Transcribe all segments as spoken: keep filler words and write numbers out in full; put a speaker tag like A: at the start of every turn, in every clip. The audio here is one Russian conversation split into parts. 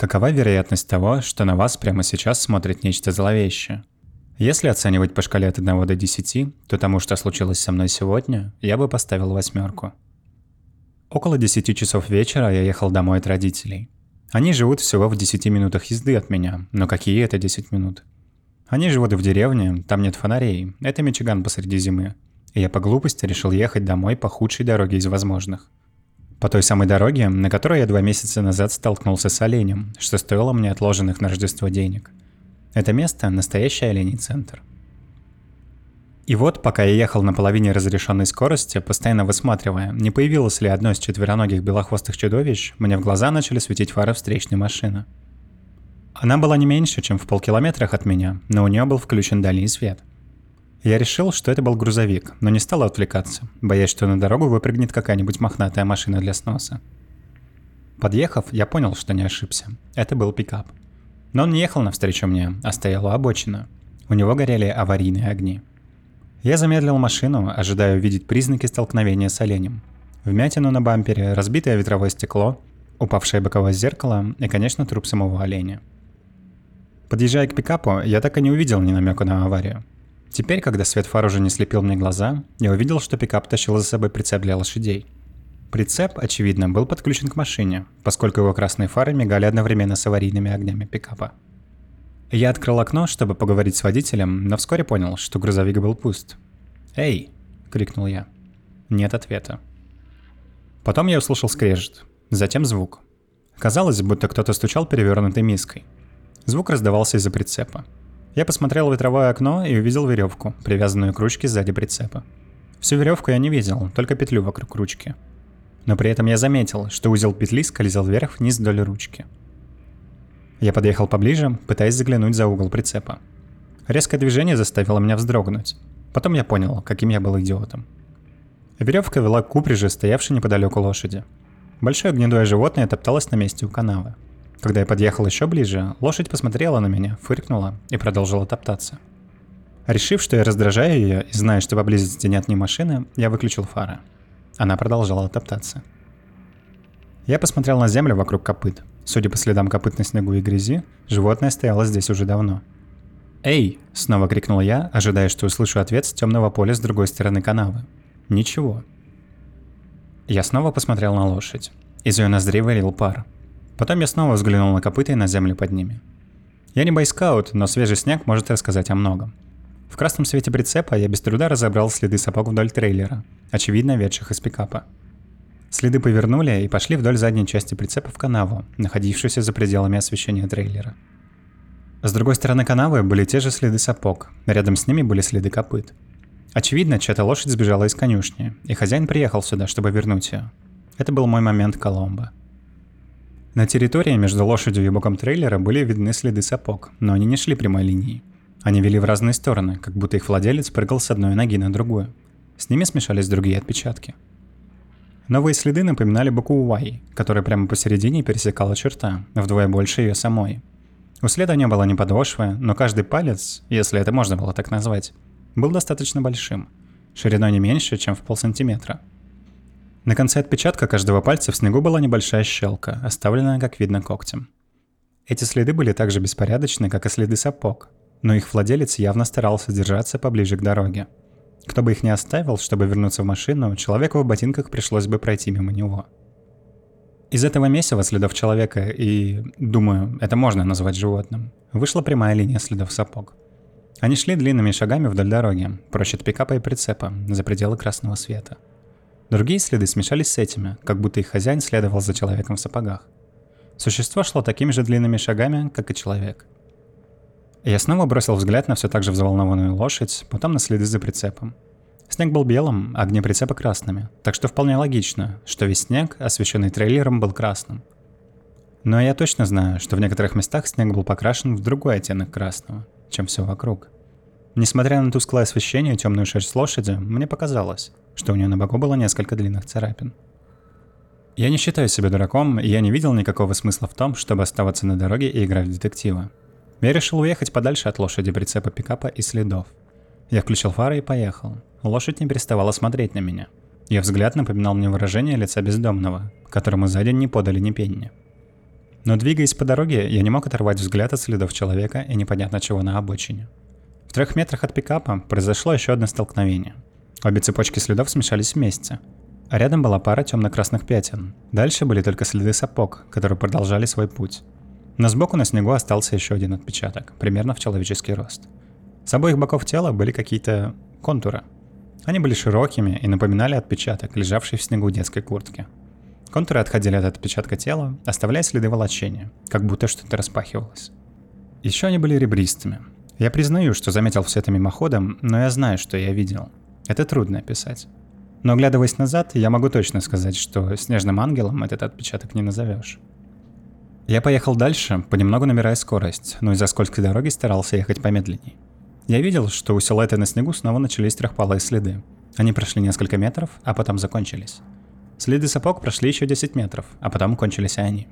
A: Какова вероятность того, что на вас прямо сейчас смотрит нечто зловещее? Если оценивать по шкале от одного до десяти, то тому, что случилось со мной сегодня, я бы поставил восьмерку. Около десяти часов вечера я ехал домой от родителей. Они живут всего в десяти минутах езды от меня, но какие это десять минут? Они живут в деревне, там нет фонарей, это Мичиган посреди зимы. И я по глупости решил ехать домой по худшей дороге из возможных. По той самой дороге, на которой я два месяца назад столкнулся с оленем, что стоило мне отложенных на Рождество денег. Это место – настоящий оленей центр. И вот, пока я ехал на половине разрешенной скорости, постоянно высматривая, не появилось ли одно из четвероногих белохвостых чудовищ, мне в глаза начали светить фары встречной машины. Она была не меньше, чем в полкилометрах от меня, но у нее был включен дальний свет. Я решил, что это был грузовик, но не стал отвлекаться, боясь, что на дорогу выпрыгнет какая-нибудь мохнатая машина для сноса. Подъехав, я понял, что не ошибся. Это был пикап. Но он не ехал навстречу мне, а стоял у обочины. У него горели аварийные огни. Я замедлил машину, ожидая увидеть признаки столкновения с оленем. Вмятину на бампере, разбитое ветровое стекло, упавшее боковое зеркало и, конечно, труп самого оленя. Подъезжая к пикапу, я так и не увидел ни намека на аварию. Теперь, когда свет фар уже не слепил мне глаза, я увидел, что пикап тащил за собой прицеп для лошадей. Прицеп, очевидно, был подключен к машине, поскольку его красные фары мигали одновременно с аварийными огнями пикапа. Я открыл окно, чтобы поговорить с водителем, но вскоре понял, что грузовик был пуст. «Эй!» — крикнул я. Нет ответа. Потом я услышал скрежет, затем звук. Казалось, будто кто-то стучал перевернутой миской. Звук раздавался из-за прицепа. Я посмотрел в ветровое окно и увидел веревку, привязанную к ручке сзади прицепа. Всю веревку я не видел, только петлю вокруг ручки. Но при этом я заметил, что узел петли скользил вверх-вниз вдоль ручки. Я подъехал поближе, пытаясь заглянуть за угол прицепа. Резкое движение заставило меня вздрогнуть. Потом я понял, каким я был идиотом. Веревка вела к упряжи, стоявшей неподалеку лошади. Большое гнедое животное топталось на месте у канавы. Когда я подъехал еще ближе, лошадь посмотрела на меня, фыркнула и продолжила топтаться. Решив, что я раздражаю ее и зная, что поблизости нет ни машины, я выключил фары. Она продолжала топтаться. Я посмотрел на землю вокруг копыт. Судя по следам копыт на снегу и грязи, животное стояло здесь уже давно. «Эй!» — снова крикнул я, ожидая, что услышу ответ с темного поля с другой стороны канавы. Ничего. Я снова посмотрел на лошадь. Из ее ноздрей валил пар. Потом я снова взглянул на копыта и на землю под ними. Я не бойскаут, но свежий снег может рассказать о многом. В красном свете прицепа я без труда разобрал следы сапог вдоль трейлера, очевидно ведших из пикапа. Следы повернули и пошли вдоль задней части прицепа в канаву, находившуюся за пределами освещения трейлера. С другой стороны канавы были те же следы сапог, рядом с ними были следы копыт. Очевидно, чья-то лошадь сбежала из конюшни, и хозяин приехал сюда, чтобы вернуть ее. Это был мой момент Коломбо. На территории между лошадью и боком трейлера были видны следы сапог, но они не шли прямой линией. Они вели в разные стороны, как будто их владелец прыгал с одной ноги на другую. С ними смешались другие отпечатки. Новые следы напоминали букву Y, которая прямо посередине пересекала черта, вдвое больше ее самой. У следа не было ни подошвы, но каждый палец, если это можно было так назвать, был достаточно большим, шириной не меньше, чем в полсантиметра. На конце отпечатка каждого пальца в снегу была небольшая щелка, оставленная, как видно, когтем. Эти следы были так же беспорядочны, как и следы сапог, но их владелец явно старался держаться поближе к дороге. Кто бы их не оставил, чтобы вернуться в машину, человеку в ботинках пришлось бы пройти мимо него. Из этого месива следов человека и, думаю, это можно назвать животным, вышла прямая линия следов сапог. Они шли длинными шагами вдоль дороги, прочь от пикапа и прицепа, за пределы красного света. Другие следы смешались с этими, как будто их хозяин следовал за человеком в сапогах. Существо шло такими же длинными шагами, как и человек. Я снова бросил взгляд на все так же взволнованную лошадь, потом на следы за прицепом. Снег был белым, а огни прицепа красными, так что вполне логично, что весь снег, освещенный трейлером, был красным. Но я точно знаю, что в некоторых местах снег был покрашен в другой оттенок красного, чем все вокруг. Несмотря на тусклое освещение и темную шерсть лошади, мне показалось, что у нее на боку было несколько длинных царапин. Я не считаю себя дураком, и я не видел никакого смысла в том, чтобы оставаться на дороге и играть в детектива. Я решил уехать подальше от лошади, прицепа, пикапа и следов. Я включил фары и поехал. Лошадь не переставала смотреть на меня. Ее взгляд напоминал мне выражение лица бездомного, которому за день не подали ни пенни. Но двигаясь по дороге, я не мог оторвать взгляд от следов человека и непонятно чего на обочине. В трех метрах от пикапа произошло еще одно столкновение. Обе цепочки следов смешались вместе. А рядом была пара темно-красных пятен. Дальше были только следы сапог, которые продолжали свой путь. Но сбоку на снегу остался еще один отпечаток, примерно в человеческий рост. С обоих боков тела были какие-то контуры. Они были широкими и напоминали отпечаток, лежавший в снегу детской куртки. Контуры отходили от отпечатка тела, оставляя следы волочения, как будто что-то распахивалось. Еще они были ребристыми. Я признаю, что заметил все это мимоходом, но я знаю, что я видел. Это трудно описать. Но оглядываясь назад, я могу точно сказать, что снежным ангелом этот отпечаток не назовешь. Я поехал дальше, понемногу набирая скорость, но из-за скользкой дороги старался ехать помедленней. Я видел, что у силуэта на снегу снова начались трехпалые следы. Они прошли несколько метров, а потом закончились. Следы сапог прошли еще десять метров, а потом кончились и они.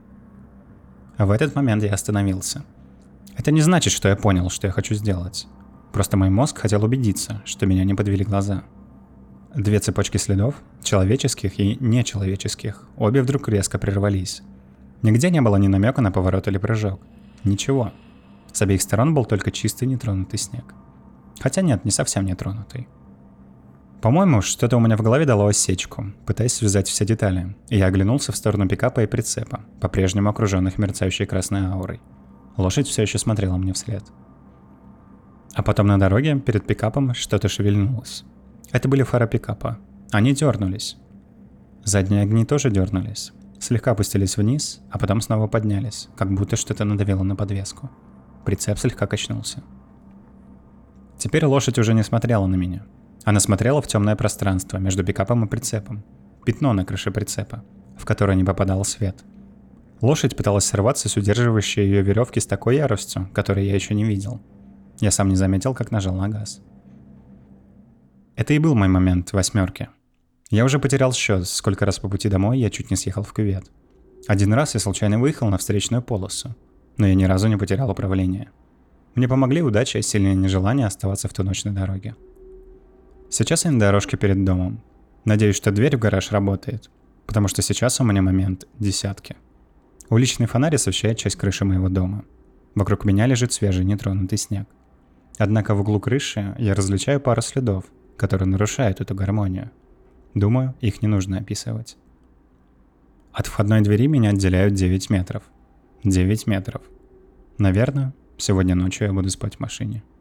A: А в этот момент я остановился. Это не значит, что я понял, что я хочу сделать. Просто мой мозг хотел убедиться, что меня не подвели глаза. Две цепочки следов, человеческих и нечеловеческих, обе вдруг резко прервались. Нигде не было ни намека на поворот или прыжок. Ничего. С обеих сторон был только чистый нетронутый снег. Хотя нет, не совсем нетронутый. По-моему, что-то у меня в голове дало осечку, пытаясь связать все детали, и я оглянулся в сторону пикапа и прицепа, по-прежнему окруженных мерцающей красной аурой. Лошадь все еще смотрела мне вслед. А потом на дороге перед пикапом что-то шевельнулось. Это были фары пикапа. Они дернулись. Задние огни тоже дернулись. Слегка опустились вниз, а потом снова поднялись, как будто что-то надавило на подвеску. Прицеп слегка качнулся. Теперь лошадь уже не смотрела на меня. Она смотрела в темное пространство между пикапом и прицепом. Пятно на крыше прицепа, в которое не попадал свет. Лошадь пыталась сорваться с удерживающей ее веревки с такой яростью, которой я еще не видел. Я сам не заметил, как нажал на газ. Это и был мой момент восьмерки. Я уже потерял счет, сколько раз по пути домой я чуть не съехал в кювет. Один раз я случайно выехал на встречную полосу, но я ни разу не потерял управление. Мне помогли удача и сильное нежелание оставаться в ту ночь на дороге. Сейчас я на дорожке перед домом. Надеюсь, что дверь в гараж работает, потому что сейчас у меня момент десятки. Уличный фонарь освещает часть крыши моего дома. Вокруг меня лежит свежий нетронутый снег. Однако в углу крыши я различаю пару следов, которые нарушают эту гармонию. Думаю, их не нужно описывать. От входной двери меня отделяют девять метров. девять метров. Наверное, сегодня ночью я буду спать в машине.